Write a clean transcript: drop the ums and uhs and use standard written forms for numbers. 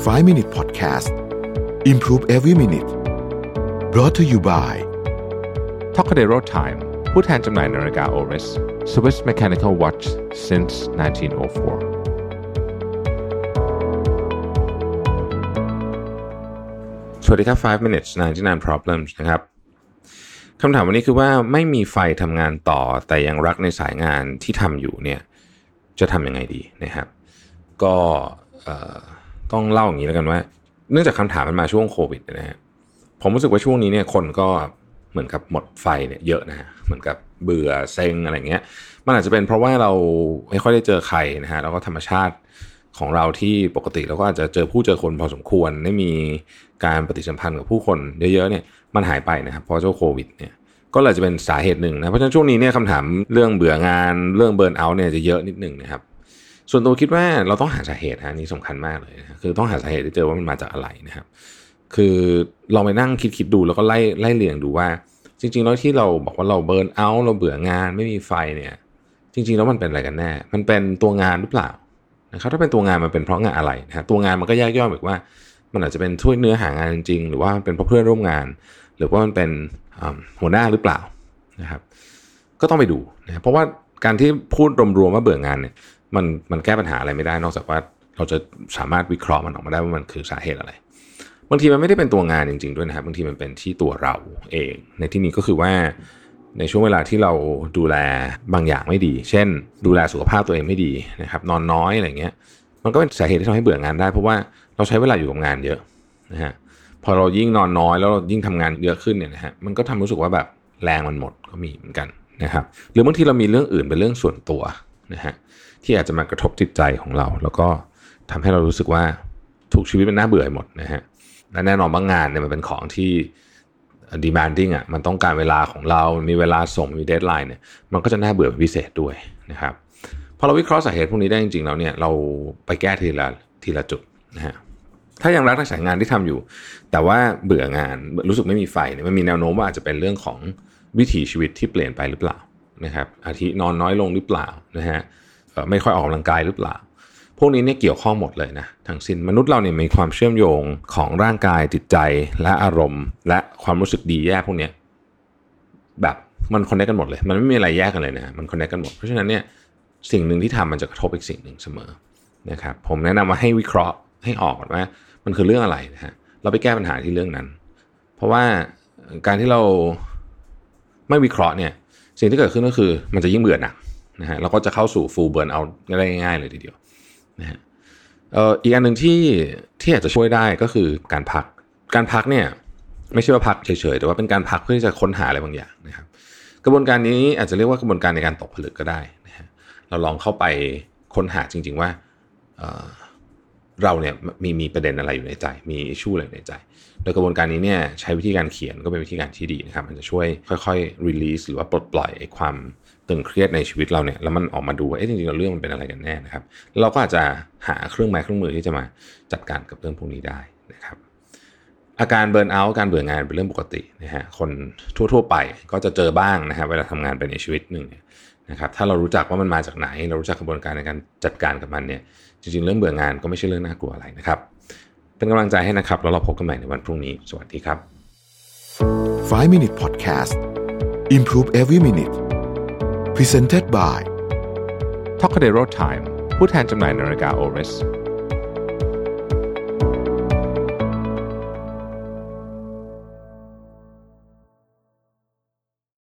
5 Minute Podcast Improve Every Minute Brought to you by Tokadero Time ผู้แทนจำหน่ายนาฬิกา Oris Swiss Mechanical Watch since 1904สวัสดีครับ5 minutes 99 problems นะครับคำถามวันนี้คือว่าไม่มีไฟทำงานต่อแต่ยังรักในสายงานที่ทำอยู่เนี่ยจะทำยังไงดีนะครับก็ต้องเล่าอย่างนี้แล้วกันว่าเนื่องจากคำถามมันมาช่วงโควิดนะฮะผมรู้สึกว่าช่วงนี้เนี่ยคนก็เหมือนกับหมดไฟเนี่ยเยอะนะฮะเหมือนกับเบื่อเซ็งอะไรเงี้ยมันอาจจะเป็นเพราะว่าเราไม่ค่อยได้เจอใครนะฮะแล้วก็ธรรมชาติของเราที่ปกติเราก็อาจจะเจอคนพอสมควรได้มีการปฏิสัมพันธ์กับผู้คนเยอะๆเนี่ยมันหายไปนะครับเพราะเจ้าโควิดเนี่ยก็เลยจะเป็นสาเหตุหนึ่งนะเพราะฉะนั้นช่วงนี้เนี่ยคำถามเรื่องเบื่องานเรื่องเบิร์นเอาท์เนี่ยจะเยอะนิดนึงนะครับส่วนตัวคิดว่าเราต้องหาสาเหตุฮะนี่สำคัญมากเลยนะคือต้องหาสาเหตุที่เจอว่ามันมาจากอะไรนะครับคือลองไปนั่งคิดดูแล้วก็ไล่เรียงดูว่าจริงๆแล้วที่เราบอกว่าเราเบิร์นเอาท์เราเบื่องานไม่มีไฟเนี่ยจริงๆแล้วมันเป็นอะไรกันแน่มันเป็นตัวงานหรือเปล่านะครับถ้าเป็นตัวงานมันเป็นเพราะงานอะไรนะฮะตัวงานมันก็แยกย่อยแบบว่ามันอาจจะเป็นช่วยเนื้อหางานจริงๆหรือว่ามันเป็นเพราะเพื่อนร่วมงานหรือว่ามันเป็นหัวหน้าหรือเปล่านะครับก็ต้องไปดูนะเพราะว่าการที่พูดรวมๆว่าเบื่องานเนี่ยมันแก้ปัญหาอะไรไม่ได้นอกจากว่าเราจะสามารถวิเคราะห์มันออกมาได้ว่ามันคือสาเหตุอะไรบางทีมันไม่ได้เป็นตัวงานจริงๆด้วยนะครับบางทีมันเป็นที่ตัวเราเองในที่นี้ก็คือว่าในช่วงเวลาที่เราดูแลบางอย่างไม่ดีเช่นดูแลสุขภาพตัวเองไม่ดีนะครับนอนน้อยอะไรเงี้ยมันก็เป็นสาเหตุที่ทำให้เบื่องานได้เพราะว่าเราใช้เวลาอยู่กับงานเยอะนะฮะพอเรายิ่งนอนน้อยแล้วเรายิ่งทำงานเยอะขึ้นเนี่ยนะฮะมันก็ทำรู้สึกว่าแบบแรงมันหมดก็มีเหมือนกันนะครับหรือบางทีเรามีเรื่องอื่นเป็นเรื่องส่วนตัวนะฮะที่อาจจะมากระทบจิตใจของเราแล้วก็ทำให้เรารู้สึกว่าถูกชีวิตมันน่าเบื่อหมดนะฮะและแน่นอนบางงานเนี่ยมันเป็นของที่ demanding อ่ะมันต้องการเวลาของเรามีเวลาส่งมี deadline เนี่ยมันก็จะน่าเบื่อเป็นพิเศษด้วยนะครับพอเราวิเคราะห์สาเหตุพวกนี้ได้จริงๆแล้วเนี่ยเราไปแก้ทีละจุดนะฮะถ้ายังรักในสายงานที่ทำอยู่แต่ว่าเบื่องานรู้สึกไม่มีไฟเนี่ยมันมีแนวโน้มว่าอาจจะเป็นเรื่องของวิถีชีวิตที่เปลี่ยนไปหรือเปล่านะครับอาทินอนน้อยลงหรือเปล่านะฮะไม่ค่อยออกกำลังกายหรือเปล่าพวกนี้เนี่ยเกี่ยวข้องหมดเลยนะทั้งสิ้นมนุษย์เราเนี่ยมีความเชื่อมโยงของร่างกายจิตใจและอารมณ์และความรู้สึกดีแย่พวกนี้แบบมันคอนเนคกันหมดเลยมันไม่มีอะไรแยกกันเลยนะมันคอนเนคกันหมดเพราะฉะนั้นเนี่ยสิ่งหนึ่งที่ทำมันจะกระทบอีกสิ่งหนึ่งเสมอนะครับผมแนะนำว่าให้วิเคราะห์ให้ออกว่ามันคือเรื่องอะไรนะฮะเราไปแก้ปัญหาที่เรื่องนั้นเพราะว่าการที่เราไม่วิเคราะห์เนี่ยสิ่งที่เกิดขึ้นก็คือมันจะยิ่งเบื่อหนักนะฮะเราก็จะเข้าสู่ full burn out ได้ง่ายๆเลยทีเดียวนะฮะอีกอันหนึ่งที่อาจจะช่วยได้ก็คือการพักเนี่ยไม่ใช่ว่าพักเฉยๆแต่ว่าเป็นการพักเพื่อที่จะค้นหาอะไรบางอย่างนะครับกระบวนการนี้อาจจะเรียกว่ากระบวนการในการตกผลึกก็ได้นะฮะเราลองเข้าไปค้นหาจริงๆว่าเราเนี่ยมีประเด็นอะไรอยู่ในใจมีอิชชูอะไรในใจโดยกระบวนการนี้เนี่ยใช้วิธีการเขียนก็เป็นวิธีการที่ดีนะครับมันจะช่วยค่อยๆ release หรือว่าปลดปล่อยไอ้ความตึงเครียดในชีวิตเราเนี่ยแล้วมันออกมาดูว่าจริงๆเรื่องมันเป็นอะไรกันแน่นะครับเราก็อาจจะหาเครื่องมือที่จะมาจัดการกับเรื่องพวกนี้ได้นะครับอาการเบิร์นเอาท์การเบื่องานเป็นเรื่องปกตินะฮะคนทั่วๆไปก็จะเจอบ้างนะครับเวลาทำงานไปในชีวิตนึงนะครับถ้าเรารู้จักว่ามันมาจากไหนเรารู้จักกระบวนการในการจัดการกับมันเนี่ยจริงๆเรื่องเบื่องานก็ไม่ใช่เรื่องน่ากลัวอะไรนะครับเป็นกำลังใจให้นะครับแล้วเราพบกันใหม่ในวันพรุ่งนี้สวัสดีครับ 5 Minute Podcast Improve Every Minute Presented by Tokadero Time ผู้แทนจำหน่ายนาฬิกา Oris